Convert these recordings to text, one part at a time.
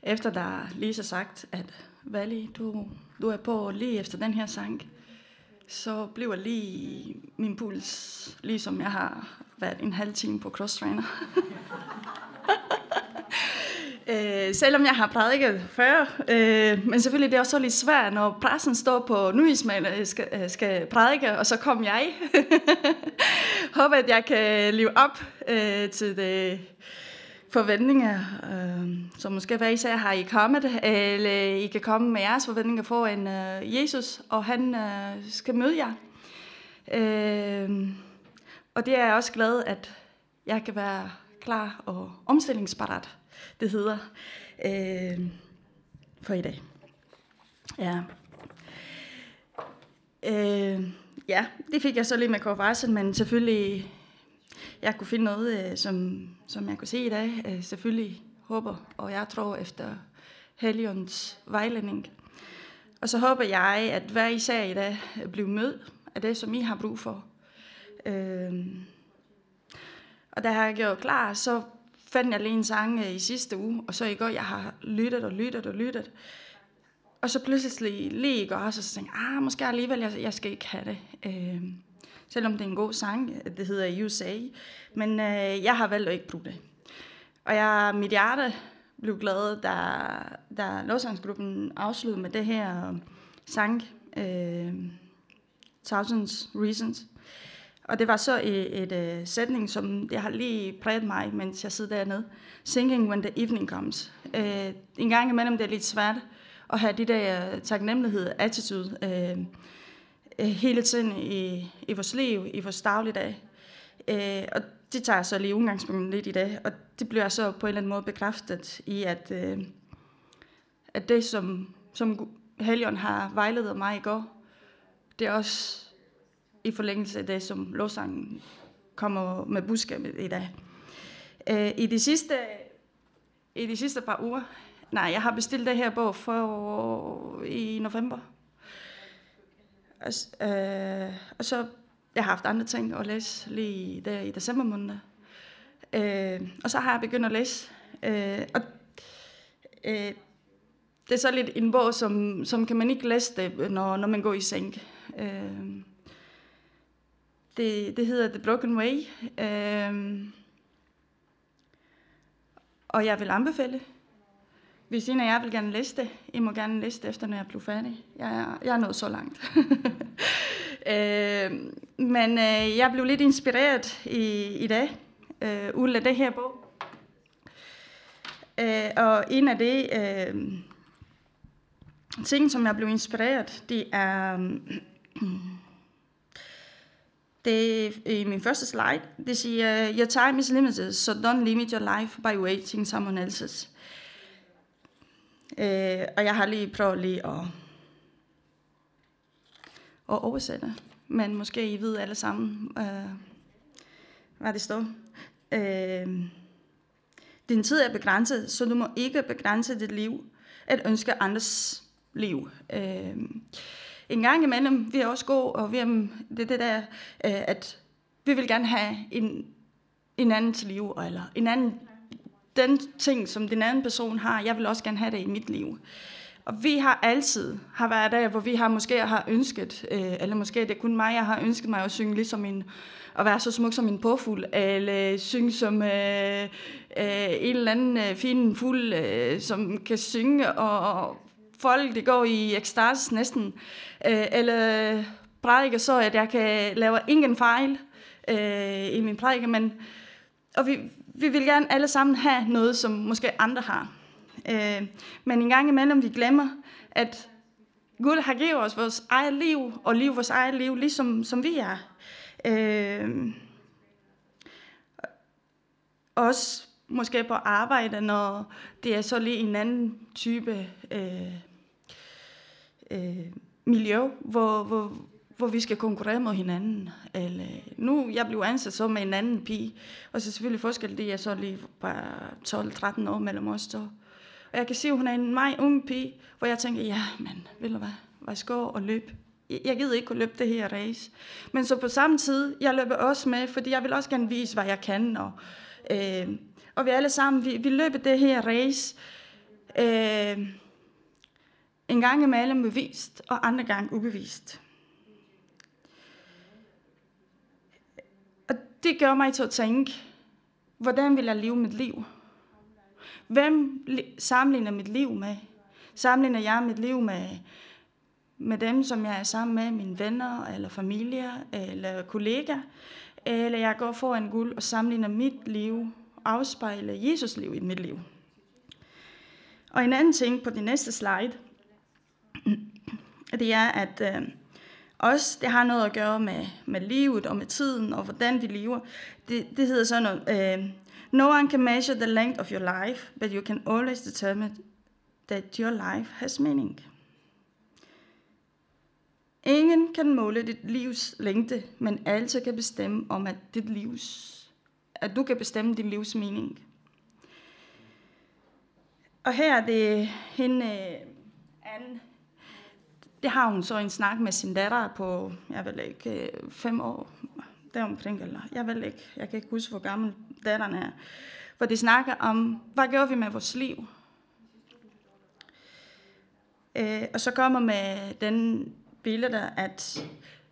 Efter der lige så sagt, at Vali, du er på lige efter den her sang, så bliver lige min puls, ligesom jeg har været en halv time på crosstrainer. Selvom jeg har prædiket før, men selvfølgelig det er også lidt svært, når præsten står på nyhedsmedien skal prædike, og så kommer jeg. Håber, at jeg kan leve op til de forventninger, som måske hver især har I kommet, eller I kan komme med jeres forventninger foran Jesus, og han skal møde jer. Og det er jeg også glad, at jeg kan være klar og omstillingsparat, det hedder, for i dag. Ja, det fik jeg så lige med konferencen, men selvfølgelig, jeg kunne finde noget, som jeg kunne se i dag. Selvfølgelig håber, og jeg tror efter Helligåndens vejledning. Og så håber jeg, at hver især i dag bliver mødt af det, som I har brug for. Og da jeg gjorde klar, så fandt jeg lige en sang i sidste uge, og så i går, jeg har lyttet. Og så pludselig lige i går, så tænkte jeg, måske alligevel, jeg skal ikke have det. Selvom det er en god sang, det hedder You Say, men jeg har valgt at ikke bruge det. Og mit hjerte blev glad, da lovsangsgruppen afsluttede med det her sang, Thousands Reasons. Og det var så et sætning, som jeg har lige præget mig, mens jeg sidder dernede. Singing when the evening comes. En gang imellem det er lidt svært at have de der taknemmelighed, attitude, hele tiden i vores liv, i vores dagligdag. Og det tager jeg så lige udgangspunkt lidt i dag, og det bliver så på en eller anden måde bekræftet i, at det, som Helligånden har vejledet mig i går, det er også i forlængelse af det, som lovsangen kommer med budskabet i dag. I de sidste par uger, jeg har bestilt det her bog i november. Og så jeg har haft andre ting at læse lige der i december måned. Og så har jeg begyndt at læse. Det er så lidt en bog, som kan man ikke læse det, når man går i seng. Det hedder The Broken Way. Og jeg vil anbefale. Hvis en af jer vil gerne læse det, I må gerne læse det efter, når jeg bliver færdig. Jeg er nået så langt. Men jeg blev lidt inspireret i dag, ud af det her bog. Og en af de ting, som jeg blev inspireret, det er i min første slide. Det siger, your time is limited, so don't limit your life by waiting someone else's. Og jeg har lige prøvet at oversætte, men måske I ved alle sammen, hvad det står. Din tid er begrænset, så du må ikke begrænse dit liv at ønske andres liv. En gang imellem, vi er også gode, og det der, at vi vil gerne have en andens liv, eller en anden, den ting, som den anden person har, jeg vil også gerne have det i mit liv. Og vi har altid været der, hvor vi måske har ønsket, eller måske det er kun mig, jeg har ønsket mig at synge ligesom at være så smuk som en påfugl, eller synge som en eller anden fin fugl, som kan synge, og folk, det går i ekstase næsten, eller prædiker så, at jeg kan lave ingen fejl i min prædiker, og vi vil gerne alle sammen have noget, som måske andre har. Men en gang imellem, vi glemmer, at Gud har givet os vores eget liv, og leve vores eget liv, ligesom som vi er. Også måske på arbejde, når det er så lige en anden type miljø, hvor vi skal konkurrere mod hinanden. Eller, nu jeg blev ansat så med en anden pige, og så selvfølgelig forskel, det er så lige bare 12-13 år mellem os to. Og jeg kan se, at hun er en meget ung pige, hvor jeg tænker, ja, men ved du hvad skal og løbe? Jeg gider ikke at løbe det her race. Men så på samme tid, jeg løber også med, fordi jeg vil også gerne vise, hvad jeg kan. Og vi alle sammen, vi løber det her race. En gang imellem bevist, og andre gang ubevist. Og det gør mig til at tænke, hvordan vil jeg leve mit liv? Hvem sammenligner mit liv med? Sammenligner jeg mit liv med dem, som jeg er sammen med, mine venner, eller familie, eller kollegaer? Eller jeg går foran Gud og sammenligner mit liv, afspejler Jesus liv i mit liv? Og en anden ting på det næste slide, det er, at også det har noget at gøre med livet og med tiden, og hvordan vi lever. Det hedder sådan noget, no one can measure the length of your life, but you can always determine that your life has meaning. Ingen kan måle dit livs længde, men altid kan bestemme om, at du kan bestemme dit livs mening. Og her er det hende, Anne. Det har hun så en snak med sin datter på, jeg ved ikke, 5 år deromkring, eller jeg kan ikke huske, hvor gammel datteren er. Hvor de snakker om, hvad gør vi med vores liv? Og så kommer med den billede, at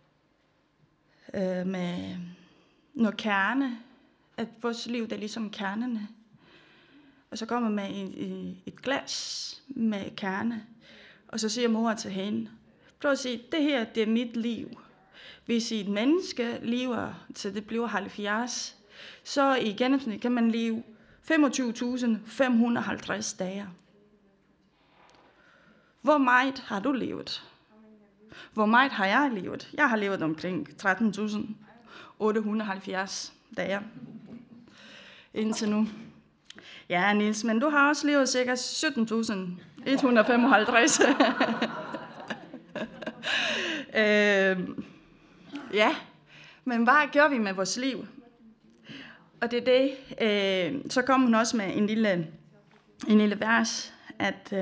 med noget kerne, at vores liv det er ligesom kernerne. Og så kommer med et glas med kerne, og så siger mor til hende, prøv at sige, det her det er mit liv. Hvis et menneske lever til det bliver 70, så i gennemsnit kan man leve 25.550 dage. Hvor meget har du levet? Hvor meget har jeg levet? Jeg har levet omkring 13.870 dage indtil nu. Ja, Niels, men du har også levet cirka 17.155. Ja, men hvad gør vi med vores liv? Og det er det, så kommer hun også med en lille vers, at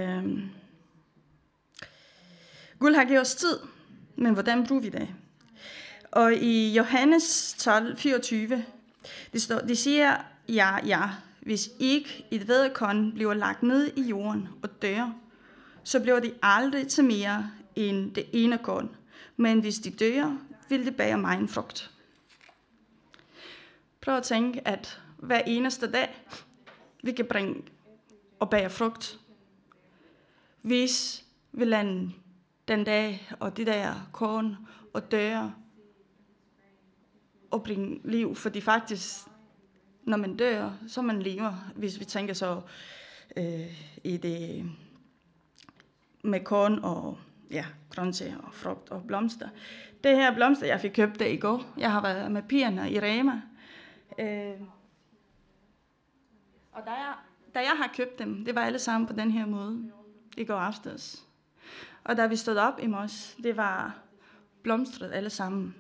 Gud har givet os tid, men hvordan bruger vi det? Og i Johannes 12:24, det siger, ja, hvis ikke et væddekorn bliver lagt ned i jorden og dør, så bliver det aldrig til mere end det ene korn. Men hvis de dør, vil det bære mig en frugt. Prøv at tænke, at hver eneste dag, vi kan bringe og bære frugt. Hvis vi lader den dag og de der korn og dør og bringe liv, fordi faktisk, når man dør, så man lever, hvis vi tænker så i det med korn og grøntsager og frugt og blomster. Det her blomster, jeg fik købt det i går. Jeg har været med pigerne i Rema. Og da jeg har købt dem, det var alle sammen på den her måde i går aftes. Og da vi stod op i morges, det var blomstret alle sammen.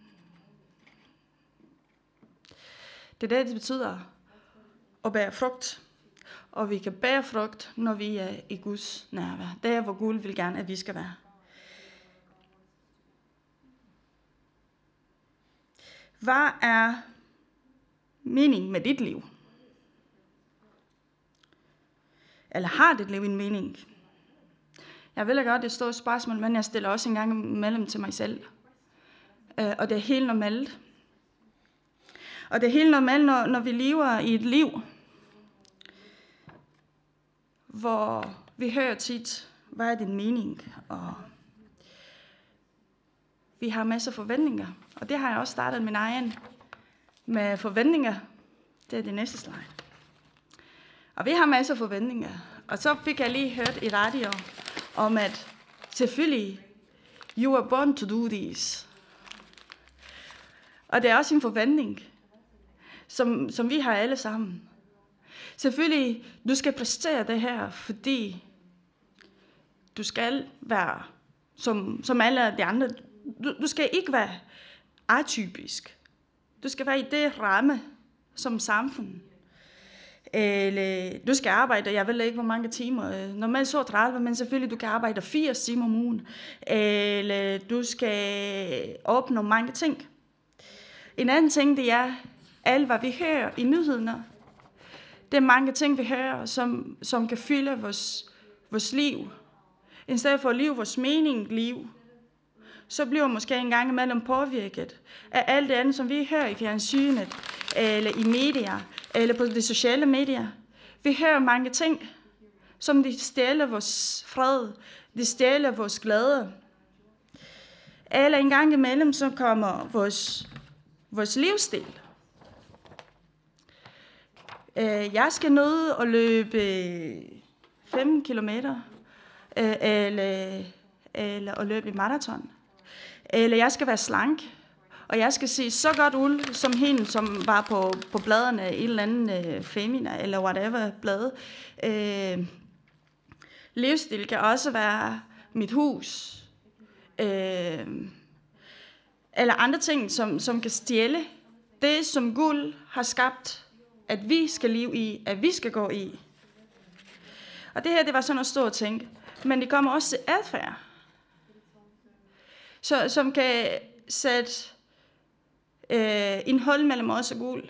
Det er det betyder at bære frugt. Og vi kan bære frugt, når vi er i Guds nærvær. Det er, hvor Gud vil gerne, at vi skal være. Hvad er meningen med dit liv? Eller har dit liv en mening? Jeg ved godt, det står et spørgsmål, men jeg stiller også en gang imellem til mig selv. Og det er helt normalt. Og det er helt normalt, når vi lever i et liv, hvor vi hører tit, hvad er din mening? Og vi har masser af forventninger. Og det har jeg også startet min egen med forventninger. Det er det næste slide. Og vi har masser af forventninger. Og så fik jeg lige hørt i radio om, at selvfølgelig, you are born to do this. Og det er også en forventning, som vi har alle sammen. Selvfølgelig, du skal præstere det her, fordi du skal være som alle de andre. Du skal ikke være atypisk. Du skal være i det ramme som samfund. Eller du skal arbejde, jeg ved ikke hvor mange timer, normalt så 30, men selvfølgelig du kan arbejde 80 timer om ugen. Eller du skal opnå mange ting. En anden ting, det er, alt hvad vi hører i nyhederne, det er mange ting, vi hører, som kan fylde vores vores liv, i stedet for at leve vores liv, så bliver måske en gang imellem påvirket af alt det andet, som vi hører i fjernsynet, eller i medier, eller på de sociale medier. Vi hører mange ting, som de stjæler vores fred, de stjæler vores glæde. Eller en gang imellem, så kommer vores livsstil. Jeg skal ned og løbe 5 kilometer, eller at løbe i maraton. Eller jeg skal være slank, og jeg skal se så godt ud som hende, som var på bladene af en eller anden Femina, eller whatever blad. Livsstil kan også være mit hus, eller andre ting, som kan stjæle det, som Gud har skabt, at vi skal leve i, at vi skal gå i. Og det her, det var sådan noget stort ting, men det kommer også til adfærd, som kan sætte en hold mellem os og Gud.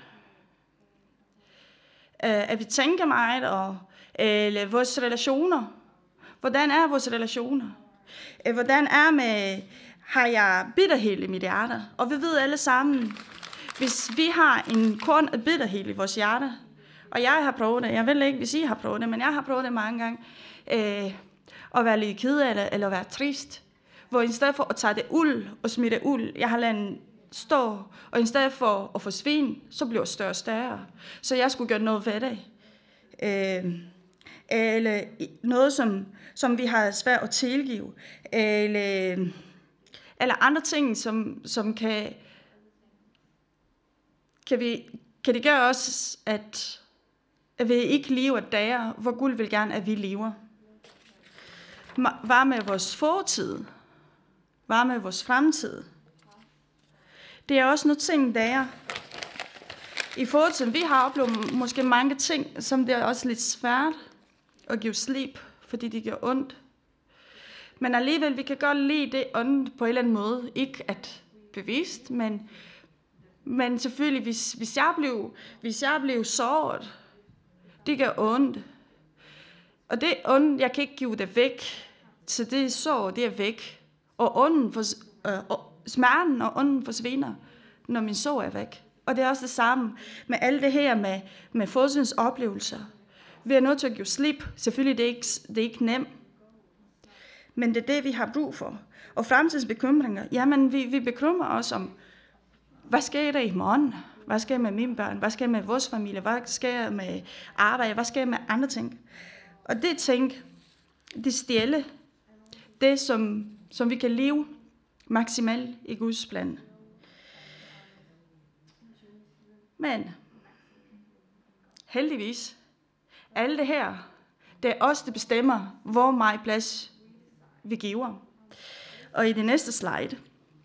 At vi tænker meget, eller vores relationer. Hvordan er vores relationer? Hvordan har jeg bitterhed i mit hjerte? Og vi ved alle sammen, hvis vi har en korn af bitterhed i vores hjerte, og jeg har prøvet det, jeg ved ikke, hvis I har prøvet det, men jeg har prøvet det mange gange, at være lidt ked af det, eller være trist, hvor i stedet for at tage det uld og smide uld, jeg har ladet den stå, og i stedet for at forsvinde, så bliver det større og større. Så jeg skulle gøre noget ved det. Eller noget, som vi har svært at tilgive. Eller andre ting, som kan det gøre os, at vi ikke lever der, hvor Gud vil gerne, at vi lever. Hvad med vores fortid? Hvad med vores fremtid? Det er også nogle ting, der i fortiden. Vi har oplevet måske mange ting, som det er også lidt svært at give slip, fordi det gør ondt. Men alligevel, vi kan godt lide det ondt på en eller anden måde. Ikke at bevidst, men selvfølgelig, hvis jeg blev såret, det gør ondt. Og det ondt, jeg kan ikke give det væk, så det sår, det er væk. Og smerten og ånden forsvinder, når min sår er væk. Og det er også det samme med alt det her med fortidens oplevelser. Vi er nødt til at give slip. Selvfølgelig det er ikke nemt. Men det er det, vi har brug for. Og fremtidsbekymringer, jamen vi bekymrer os om, hvad sker der i morgen? Hvad sker med mine børn? Hvad sker med vores familie? Hvad sker med arbejde? Hvad sker med andre ting? Og det ting, det stjæler det, som vi kan leve maksimalt i Guds plan. Men heldigvis, alt det her, det er os, der bestemmer, hvor meget plads vi giver. Og i det næste slide,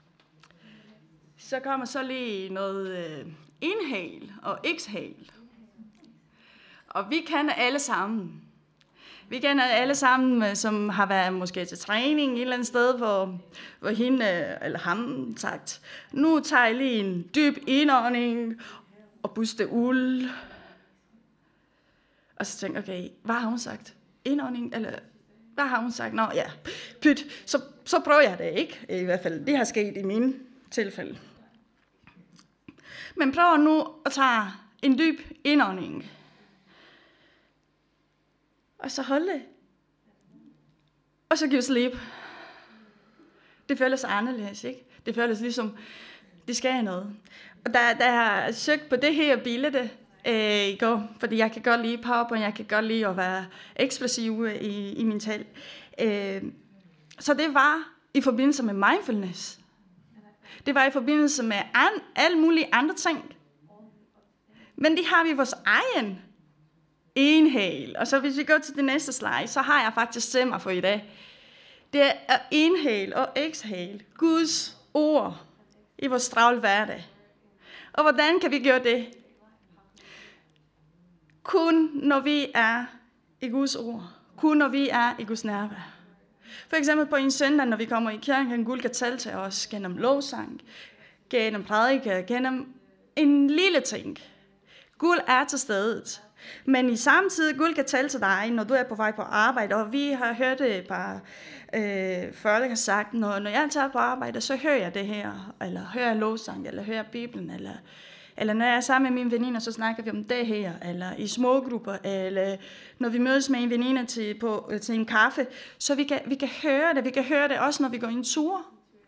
så kommer så lige noget inhale og exhale. Og vi kender alle sammen. Vi kender alle sammen, som har været måske til træning et eller andet sted, hvor hende eller ham sagt, nu tager jeg lige en dyb indånding og puste ud. Og så tænker jeg, okay, hvad har hun sagt? Indånding, eller hvad har hun sagt? Nå ja, pyt, så prøver jeg det ikke. I hvert fald, det har sket i mine tilfælde. Men prøv nu at tage en dyb indånding. Og så holde det. Og så give slip. Det føles anderledes, ikke? Det føles ligesom, det skal noget. Og der har søgt på det her billede i går, fordi jeg kan godt lide PowerPoint, jeg kan godt lide at være ekspressiv i min tal. Så det var i forbindelse med mindfulness. Det var i forbindelse med alle mulige andre ting. Men det har vi vores egen inhale. Og så hvis vi går til det næste slide, så har jeg faktisk til mig for i dag. Det er inhale og exhale. Guds ord i vores travle hverdag. Og hvordan kan vi gøre det? Kun når vi er i Guds ord. Kun når vi er i Guds nærvær. For eksempel på en søndag, når vi kommer i kirken, Gud kan tale til os gennem lovsang, gennem prædiker, gennem en lille ting. Gud er til stedet. Men i samme tid, Gud kan tale til dig, når du er på vej på arbejde, og vi har hørt det bare før, der har sagt, når jeg tager på arbejde, så hører jeg det her, eller hører jeg lovsang, eller hører Bibelen, eller når jeg er sammen med mine veninder, så snakker vi om det her, eller i små grupper, eller når vi mødes med en veninde til en kaffe, så vi kan høre det. Vi kan høre det også, når vi går en tur.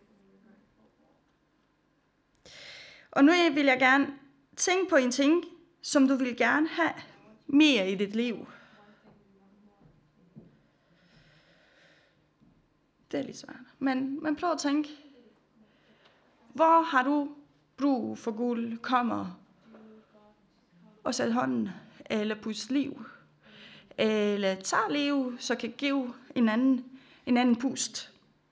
Og nu vil jeg gerne tænke på en ting, som du vil gerne have mere i dit liv. Det er lidt svært. Men prøv at tænke, hvor har du brug for Gud kommer og sætte hånden, eller puste liv, eller tager liv, så kan give en anden pust.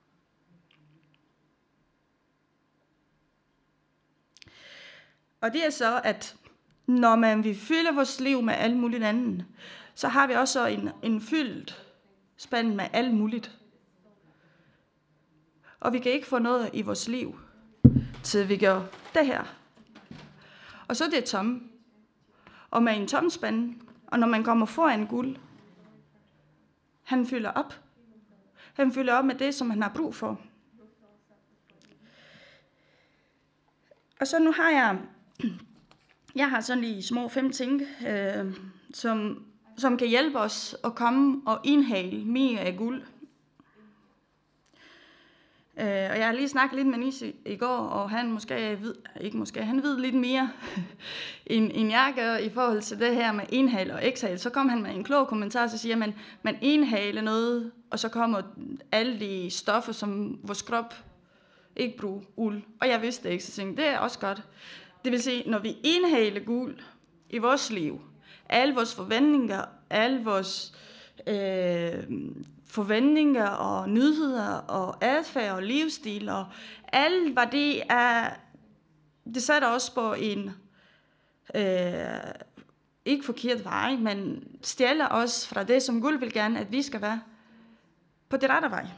Og det er så, at når man vil fylde vores liv med alt muligt andet, så har vi også en fyldt spand med alt muligt. Og vi kan ikke få noget i vores liv, til vi gør det her. Og så er det tomme. Og med en tom spand, og når man kommer foran Gud, han fylder op. Han fylder op med det, som han har brug for. Og så nu har jeg har sådan lige små 5 ting, som kan hjælpe os at komme og indhale mere af guld. Og jeg har lige snakket lidt med Nisse i går, og han han ved lidt mere, end jeg gør i forhold til det her med indhale og exhale. Så kom han med en klog kommentar, så siger man indhale noget, og så kommer alle de stoffer, som vores krop ikke bruger, uld. Og jeg vidste det ikke, så tænkte det er også godt. Det vil sige, når vi indhaler guld i vores liv, alle vores forventninger, alle vores forventninger og nyheder og adfærd og livsstil og alt hvad det er, det sætter os på en ikke forkert vej, men stjæler os fra det, som Gud vil gerne, at vi skal være på det rette vej.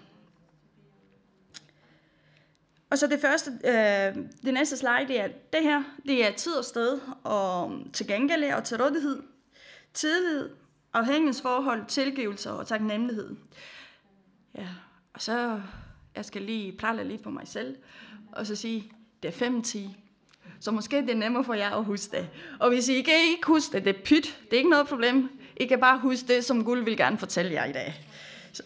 Og så det første, det næste slide, det er det her. Det er tid og sted og til gengæld og til rådighed, tillid, afhængighedsforhold, tilgivelse og taknemmelighed. Ja, og så jeg skal lige pralle lidt på mig selv og så sige, det er 5-10. Så måske det er nemmere for jer at huske det. Og hvis I ikke huske det, det er pyt, det er ikke noget problem. I kan bare huske det, som Gud vil gerne fortælle jer i dag. Så.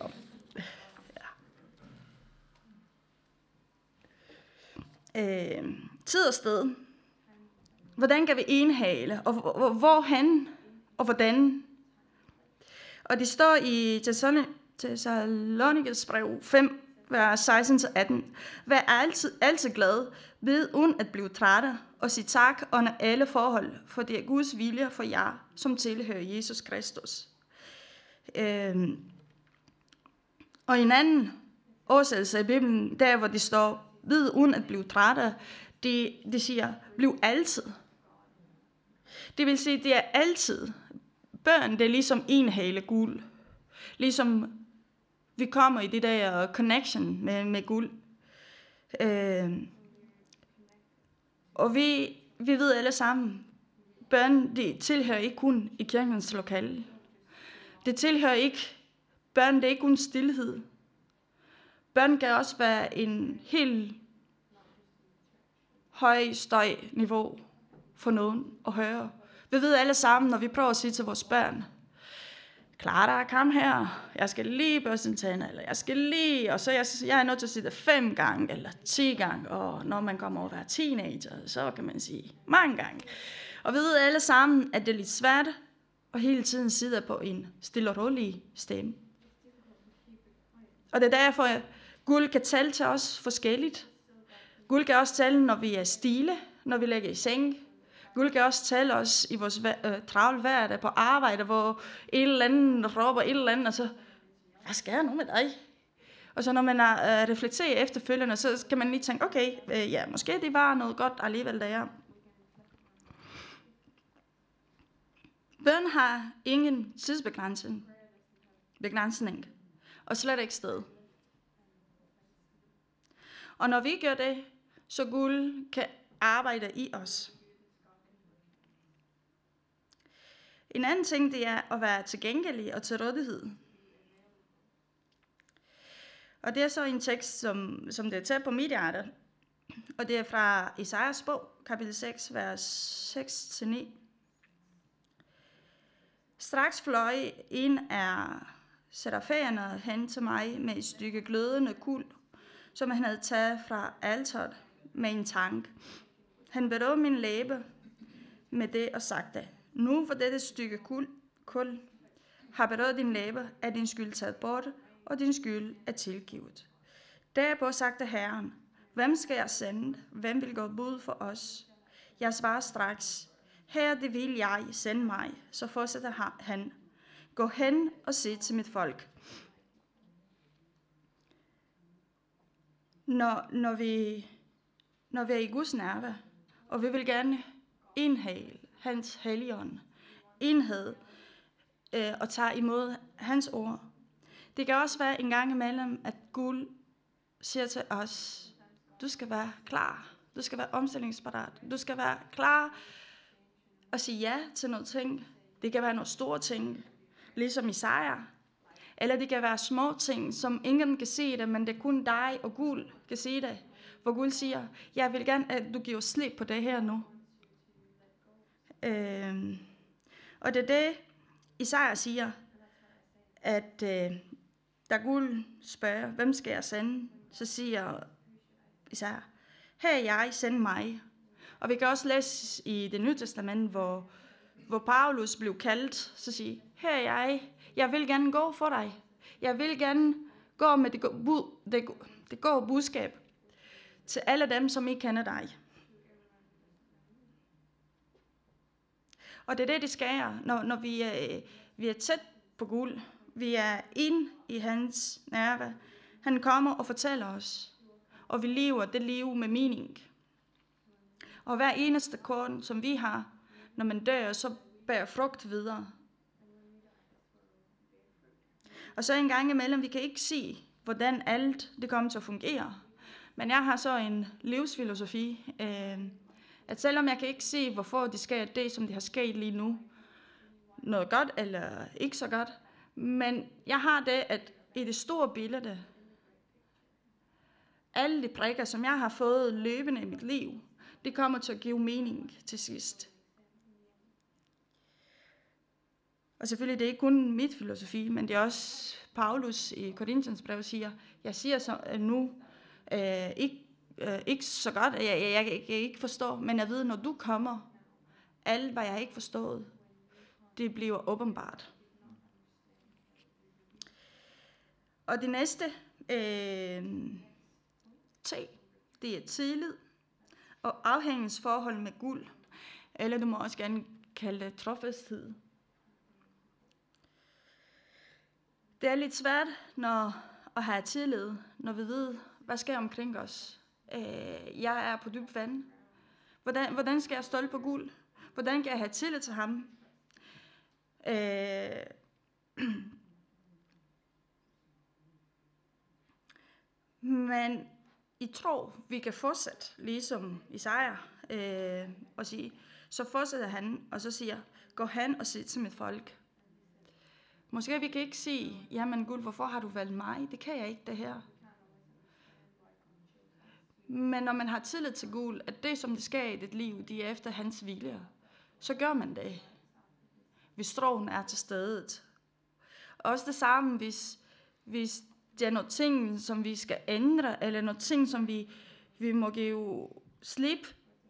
Tid og sted. Hvordan kan vi indhale, og hvorhen, og hvordan? Og det står i Thessalonikes brev 5, vers 16-18. Vær altid glad, ved uden at blive trætte, og sig tak under alle forhold, for det er Guds vilje for jer, som tilhører Jesus Kristus. Og en anden oversættelse af Bibelen, der hvor det står, ved uden at blive trætte, det siger, bliv altid. Det vil sige, det er altid. Børn, det er ligesom en hale guld. Ligesom vi kommer i det der connection med guld. Og vi ved alle sammen, børn, det tilhører ikke kun i kirkens lokale. Det tilhører ikke, børn, det er ikke kun stillhed. Børn kan også være en helt høj støjniveau for nogen at høre. Vi ved alle sammen, når vi prøver at sige til vores børn, Clara, kom her, jeg skal lige børste en tænder, eller jeg skal lige, og så jeg er nødt til at sige det 5 gange, eller 10 gange, og når man kommer over at være teenager, så kan man sige mange gange. Og vi ved alle sammen, at det er lidt svært, og hele tiden sidder på en stille og rolig stemme. Og det er derfor, at Gud kan tale til os forskelligt. Gud kan også tale, når vi er stille, når vi ligger i seng. Gud kan også tale os i vores travle hverdag på arbejde, hvor et eller andet råber et eller andet, og så, hvad skal jeg nu med dig? Og så når man reflekterer efterfølgende, så kan man lige tænke, okay, ja, måske det var noget godt alligevel der. Bøn har ingen tidsbegrænsning, og slet ikke sted. Og når vi gør det, så Gud kan arbejde i os. En anden ting, det er at være tilgængelig og til rådighed. Og det er så en tekst, som det er tæt på mit hjerte. Og det er fra Esajas bog, kapitel 6, vers 6-9. Straks fløj en af seraferne hen til mig med et stykke glødende kul, som han havde taget fra alteret med en tank. Han berørte min læbe med det og sagde, nu for dette stykke kul har berørt din læbe, er din skyld taget bort, og din skyld er tilgivet. Derpå sagde Herren, hvem skal jeg sende? Hvem vil gå bud for os? Jeg svarer straks, her det vil jeg, sende mig. Så fortsætter han, gå hen og se til mit folk. Når vi er i Guds nærvær, og vi vil gerne indhale hans helligånd, enhed, og tage imod hans ord. Det kan også være en gang imellem, at Gud siger til os, du skal være klar, du skal være omstillingsparat, du skal være klar og sige ja til noget ting. Det kan være nogle store ting, ligesom Isaiah. Eller det kan være små ting, som ingen kan se det, men det er kun dig og Gud kan se det. Hvor Gud siger, jeg vil gerne, at du giver slip på det her nu. Og det er det, Isaiah siger, at da Gud spørger, hvem skal jeg sende? Så siger Isaiah, her er jeg, send mig. Og vi kan også læse i det nye testament, hvor Paulus blev kaldt, så siger, her er jeg vil gerne gå for dig. Jeg vil gerne gå med det gode budskab til alle dem, som ikke kender dig. Og det er det sker, når vi er tæt på Gud. Vi er inde i hans nærvær. Han kommer og fortæller os, og vi lever det liv med mening. Og hver eneste korn, som vi har, når man dør, så bærer frugt videre. Og så en gang imellem, vi kan ikke se, hvordan alt det kommer til at fungere. Men jeg har så en livsfilosofi, at selvom jeg kan ikke se, hvorfor det sker det, som det har sket lige nu, noget godt eller ikke så godt, men jeg har det, at i det store billede, alle de prikker, som jeg har fået løbende i mit liv, det kommer til at give mening til sidst. Og selvfølgelig, det er ikke kun mit filosofi, men det er også Paulus i Korintiens brev siger, jeg siger så nu, ikke så godt, jeg kan ikke forstå, men jeg ved, når du kommer, alt hvad jeg ikke forstået, det bliver åbenbart. Og det næste det er tillid og afhængighedsforhold med Gud, eller du må også gerne kalde det trofasthed. Det er lidt svært at have tillid, når vi ved, hvad sker omkring os. Jeg er på dyb vand. Hvordan skal jeg stole på Gud? Hvordan kan jeg have tillid til ham? Men i tro, vi kan fortsætte, ligesom Isaiah, og sige, så fortsætter han, og så siger, gå hen og sig til mit folk. Måske vi kan ikke sige, jamen Gud, hvorfor har du valgt mig? Det kan jeg ikke, det her. Men når man har tillid til Gud, at det, som det sker i dit liv, de er efter hans vilje, så gør man det. Hvis troen er til stedet. Også det samme, hvis det er noget ting, som vi skal ændre, eller noget ting, som vi må give slip.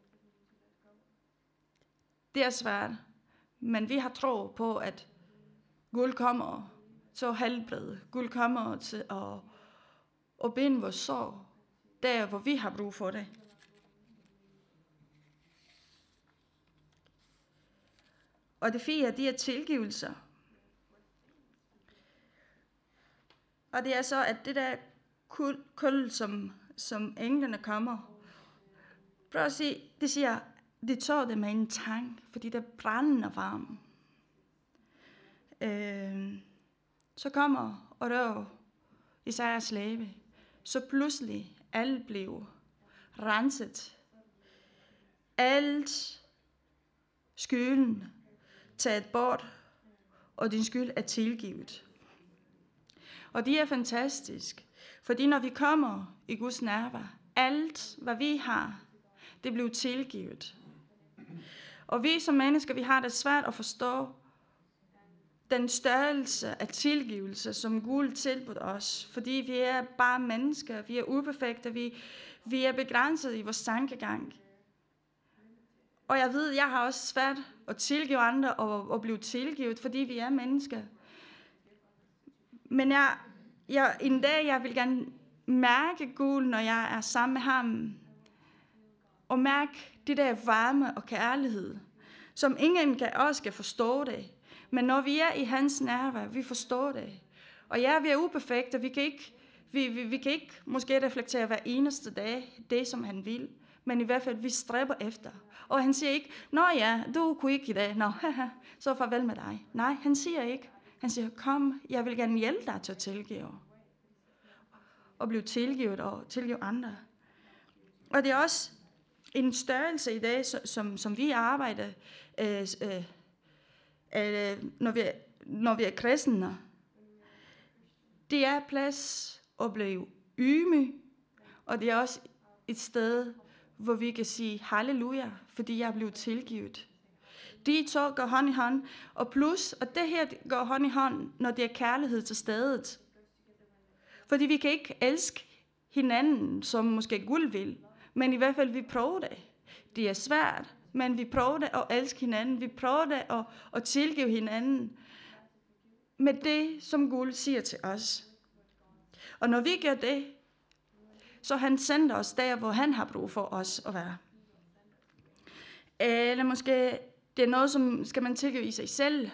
Det er svært. Men vi har tro på, at Gud kommer til at helbrede. Gud kommer til at binde vores sorg, der hvor vi har brug for det. Og det fjerde, det er tilgivelser. Og det er så, at det der kul, som englene kommer. Prøv at se, det siger, det tør det med en tang, fordi det er brændende varm. Så kommer og rører Isaias læbe. Så pludselig alt blev renset. Alt skylden, taget bort, og din skyld er tilgivet. Og det er fantastisk, fordi når vi kommer i Guds nærvær, alt hvad vi har, det bliver tilgivet. Og vi som mennesker, vi har det svært at forstå den størrelse af tilgivelse, som Gud tilbyder os. Fordi vi er bare mennesker, vi er uperfekte, vi er begrænset i vores tankegang. Og jeg ved, jeg har også svært at tilgive andre og blive tilgivet, fordi vi er mennesker. Men en dag, jeg vil gerne mærke Gud, når jeg er sammen med ham. Og mærke det der varme og kærlighed, som ingen også kan forstå det. Men når vi er i hans nærvær, vi forstår det. Og ja, vi er uperfekte, vi kan ikke måske reflektere hver eneste dag det, som han vil. Men i hvert fald, vi stræber efter. Og han siger ikke, nå ja, du kunne ikke i dag, nå, så farvel med dig. Nej, han siger ikke. Han siger, kom, jeg vil gerne hjælpe dig til at tilgive. Og blive tilgivet og tilgive andre. Og det er også en størrelse i dag, som vi arbejder, når vi er kristne. Det er plads at blive ydmyg, og det er også et sted, hvor vi kan sige halleluja, fordi jeg er blevet tilgivet. De to går hånd i hånd, og det her går hånd i hånd, når det er kærlighed til stedet. Fordi vi kan ikke elske hinanden, som måske Gud vil, men i hvert fald vi prøver det. Det er svært, men vi prøver det at elske hinanden, vi prøver det at tilgive hinanden med det, som Gud siger til os. Og når vi gør det, så han sender os der, hvor han har brug for os at være. Eller måske det er noget, som skal man tilgive i sig selv.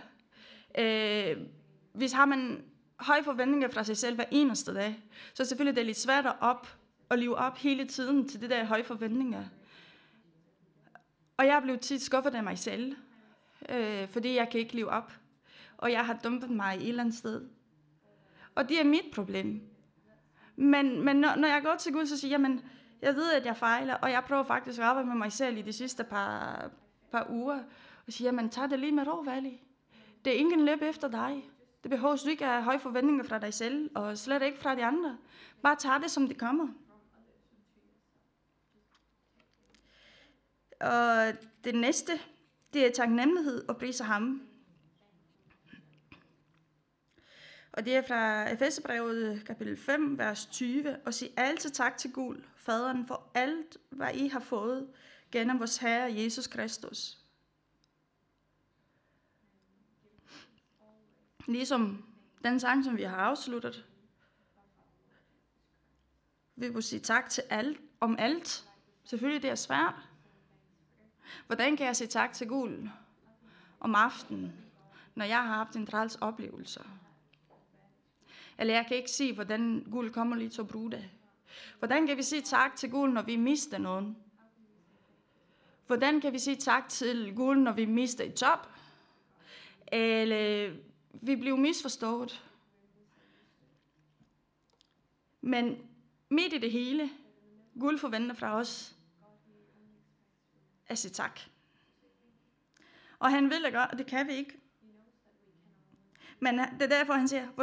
Hvis har man høje forventninger fra sig selv hver eneste dag, så selvfølgelig det er lidt svært at leve op hele tiden til det der høje forventninger. Og jeg er blevet tit skuffet af mig selv, fordi jeg kan ikke leve op. Og jeg har dumpet mig et eller andet sted. Og det er mit problem. Men når jeg går til Gud, så siger jeg, jamen, jeg ved, at jeg fejler, og jeg prøver faktisk at arbejde med mig selv i de sidste par uger, og siger, jamen, tag det lige med ro, Vali. Det er ingen løb efter dig. Det behøver du ikke at have høje forventninger fra dig selv, og slet ikke fra de andre. Bare tag det, som det kommer. Og det næste, det er taknemmelighed og priser ham. Og det er fra Efeserbrevet kapitel 5, vers 20. Og sig altid tak til Gud, Faderen, for alt, hvad I har fået gennem vores Herre Jesus Kristus. Ligesom den sang, som vi har afsluttet. Vi må sige tak til alt, om alt. Selvfølgelig det er svært. Hvordan kan jeg sige tak til Gud om aftenen, når jeg har haft en træls oplevelse? Eller jeg kan ikke sige, hvordan Gud kommer lige til at bruge det. Hvordan kan vi sige tak til Gud, når vi mister nogen? Hvordan kan vi sige tak til Gud, når vi mister et job? Eller vi bliver misforstået. Men midt i det hele, Gud forventer fra os at sige tak. Og han vil det godt, og det kan vi ikke. Men det er derfor, han siger,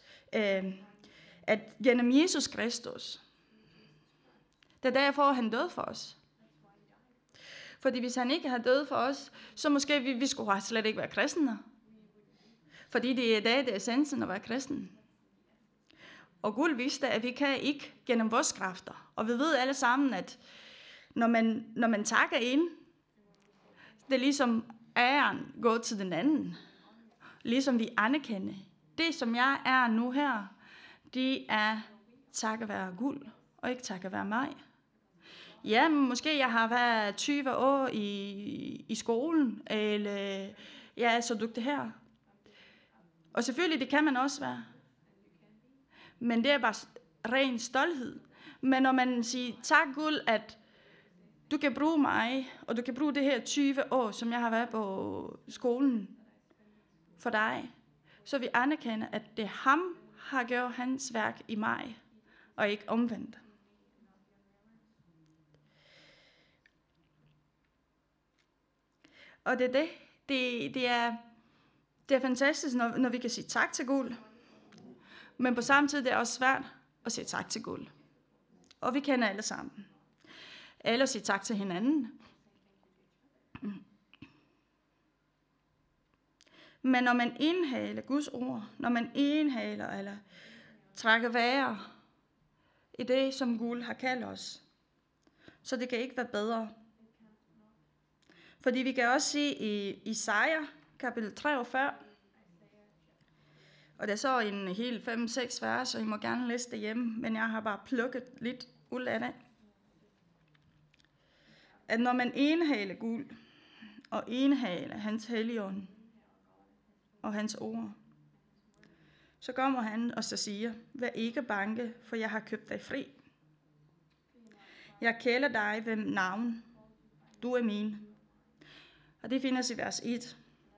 at gennem Jesus Kristus, det er derfor, han døde for os. Fordi hvis han ikke havde død for os, så måske vi skulle slet ikke være kristne. Fordi det er det er essensen at være kristen. Og Gud vidste, at vi kan ikke gennem vores kræfter. Og vi ved alle sammen, at når man takker ind, det er ligesom æren går til den anden. Ligesom vi anerkender. Det, som jeg er nu her, det er takket være Gud, og ikke takket være mig. Ja, måske jeg har været 20 år i skolen, eller jeg er så dygtig her. Og selvfølgelig, det kan man også være. Men det er bare ren stolthed. Men når man siger, tak Gud, at du kan bruge mig, og du kan bruge det her 20 år, som jeg har været på skolen for dig, så vi anerkender, at det er ham, har gjort hans værk i mig, og ikke omvendt. Og det er det. Det er Det er fantastisk, når vi kan sige tak til guld. Men på samme tid det er også svært at sige tak til guld. Og vi kender alle sammen. Eller sige tak til hinanden. Men når man indhaler Guds ord, når man indhaler eller trækker vejret i det, som Gud har kaldt os, så det kan ikke være bedre. Fordi vi kan også sige i Isaiah, kapitel 43, og det er så en helt 5-6 vers, og I må gerne læse det hjemme, men jeg har bare plukket lidt ud af det. At når man indhaler Gud, og indhaler hans helligånd, og hans ord, så kommer han og så siger, vær ikke bange, for jeg har købt dig fri. Jeg kalder dig ved navn. Du er min. Og det findes i vers 1.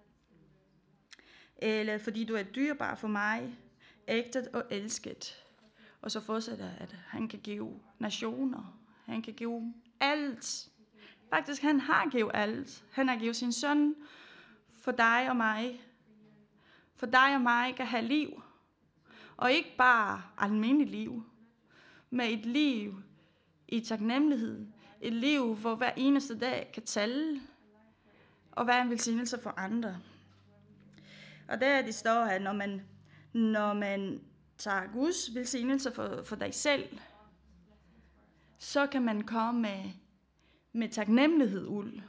Eller fordi du er dyrbar for mig, ægtet og elsket. Og så fortsætter at han kan give nationer. Han kan give alt. Faktisk han har givet alt. Han har givet sin søn for dig og mig. For dig og mig kan have liv. Og ikke bare almindeligt liv, men et liv i taknemmelighed. Et liv, hvor hver eneste dag kan tælle og være en velsignelse for andre. Og der det står, at når man tager Guds velsignelse for dig selv, så kan man komme med taknemmelighed ud.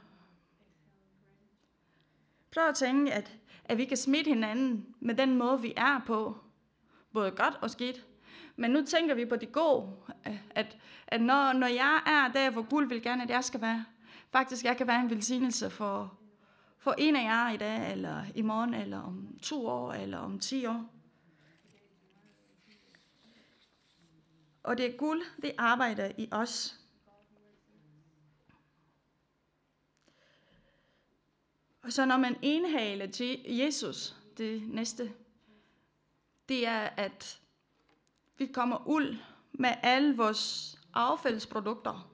Prøv at tænke, at vi kan smitte hinanden med den måde, vi er på. Både godt og skidt. Men nu tænker vi på det gode, at når jeg er der, hvor Gud vil gerne, at jeg skal være, faktisk jeg kan være en velsignelse for en af jer i dag, eller i morgen, eller om 2 år, eller om 10 år. Og det er Gud, det arbejder i os. Og så når man indhaler til Jesus, det næste, det er, at vi kommer ud med alle vores affaldsprodukter.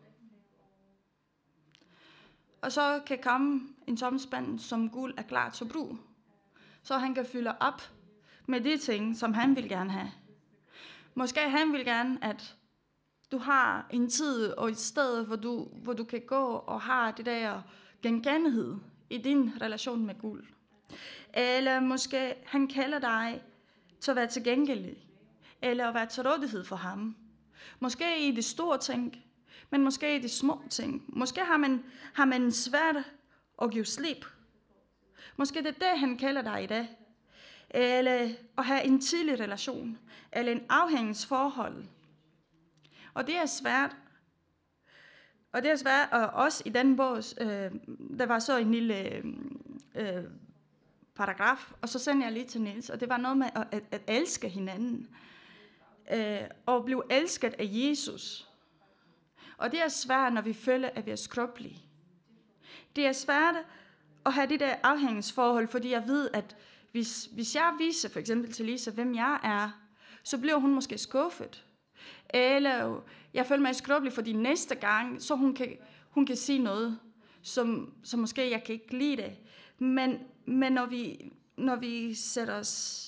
Og så kan komme en tomspand, som Gud er klar til at bruge. Så han kan fylde op med de ting, som han vil gerne have. Måske han vil gerne, at du har en tid og et sted, hvor du kan gå og have det der genkendelighed i din relation med Gud. Eller måske han kalder dig til at være tilgængelig, eller at være til rådighed for ham. Måske i de store ting, men måske i de små ting. Måske har man svært at give slip. Måske det er det, han kalder dig i dag. Eller at have en tidlig relation, eller en afhængighedsforhold. Og det er svært. Og det er svært, og også i den bog, der var så en lille paragraf, og så sendte jeg lige til Niels, og det var noget med at elske hinanden. Og blive elsket af Jesus. Og det er svært, når vi føler, at vi er skrøbelige. Det er svært at have det der afhængighedsforhold, fordi jeg ved, at hvis jeg viser for eksempel til Lisa, hvem jeg er, så bliver hun måske skuffet. Eller jeg føler mig skrøbelig, fordi næste gang, så hun kan sige noget, som måske jeg kan ikke lide det. Men når vi sætter os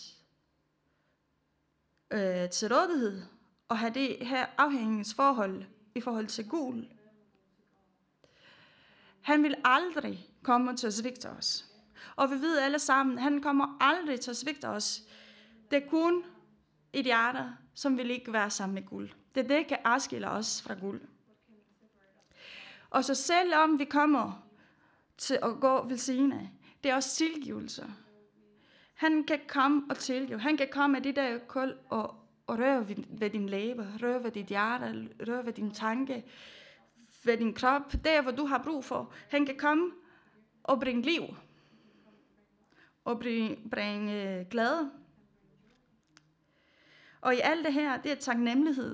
til rådighed, og have det her afhængighedsforhold i forhold til Gud, han vil aldrig komme til at svigte os. Og vi ved alle sammen, han kommer aldrig til at svigte os. Det er kun et hjerte, som vil ikke være sammen med Gud. Det kan adskille os fra Gud. Og så selvom vi kommer til at gå velsigne, det er også tilgivelse. Han kan komme og tilgive. Han kan komme med det der kul og røre ved din læber, røre ved dit hjerte, røre ved din tanke, ved din krop, der hvor du har brug for. Han kan komme og bringe liv, og bringe glæde. Og i alt det her, det er taknemmelighed.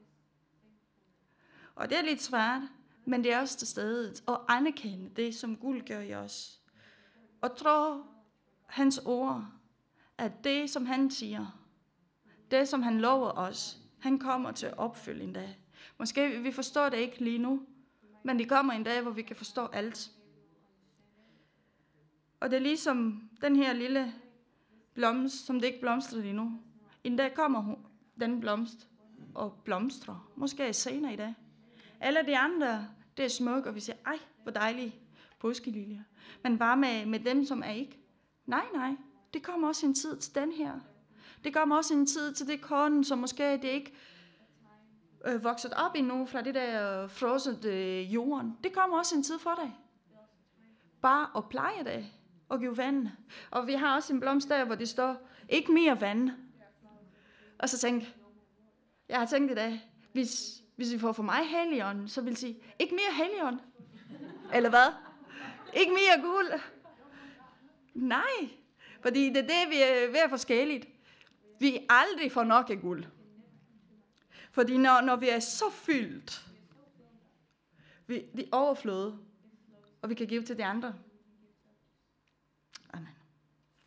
Og det er lidt svært, men det er også til stedet at anerkende det, som Gud gør i os. Og tro hans ord, at det, som han siger, det, som han lover os, han kommer til at opfylde en dag. Måske vi forstår det ikke lige nu, men det kommer en dag, hvor vi kan forstå alt. Og det er ligesom den her lille blomst, som det ikke blomstrer lige nu. En dag kommer den blomst og blomstrer. Måske senere i dag. Alle de andre, det er smukke, og vi siger, ej, hvor dejlige påskeliljer. Men bare med dem, som er ikke. Nej, det kommer også en tid til den her. Det kommer også en tid til det korn, som måske det ikke vokset op endnu fra det der frosset jorden. Det kommer også en tid for dig. Bare at pleje det og give vand. Og vi har også en blomst der, hvor det står, ikke mere vand. Og så jeg har tænkt i dag, hvis vi får for mig Helligånden, så vil jeg sige, ikke mere Helligånd. Eller hvad? Ikke mere guld. Nej, fordi det er det, vi er ved at forskelligt. Vi aldrig får nok af guld. Fordi når vi er så fyldt, vi overfløde, og vi kan give til de andre.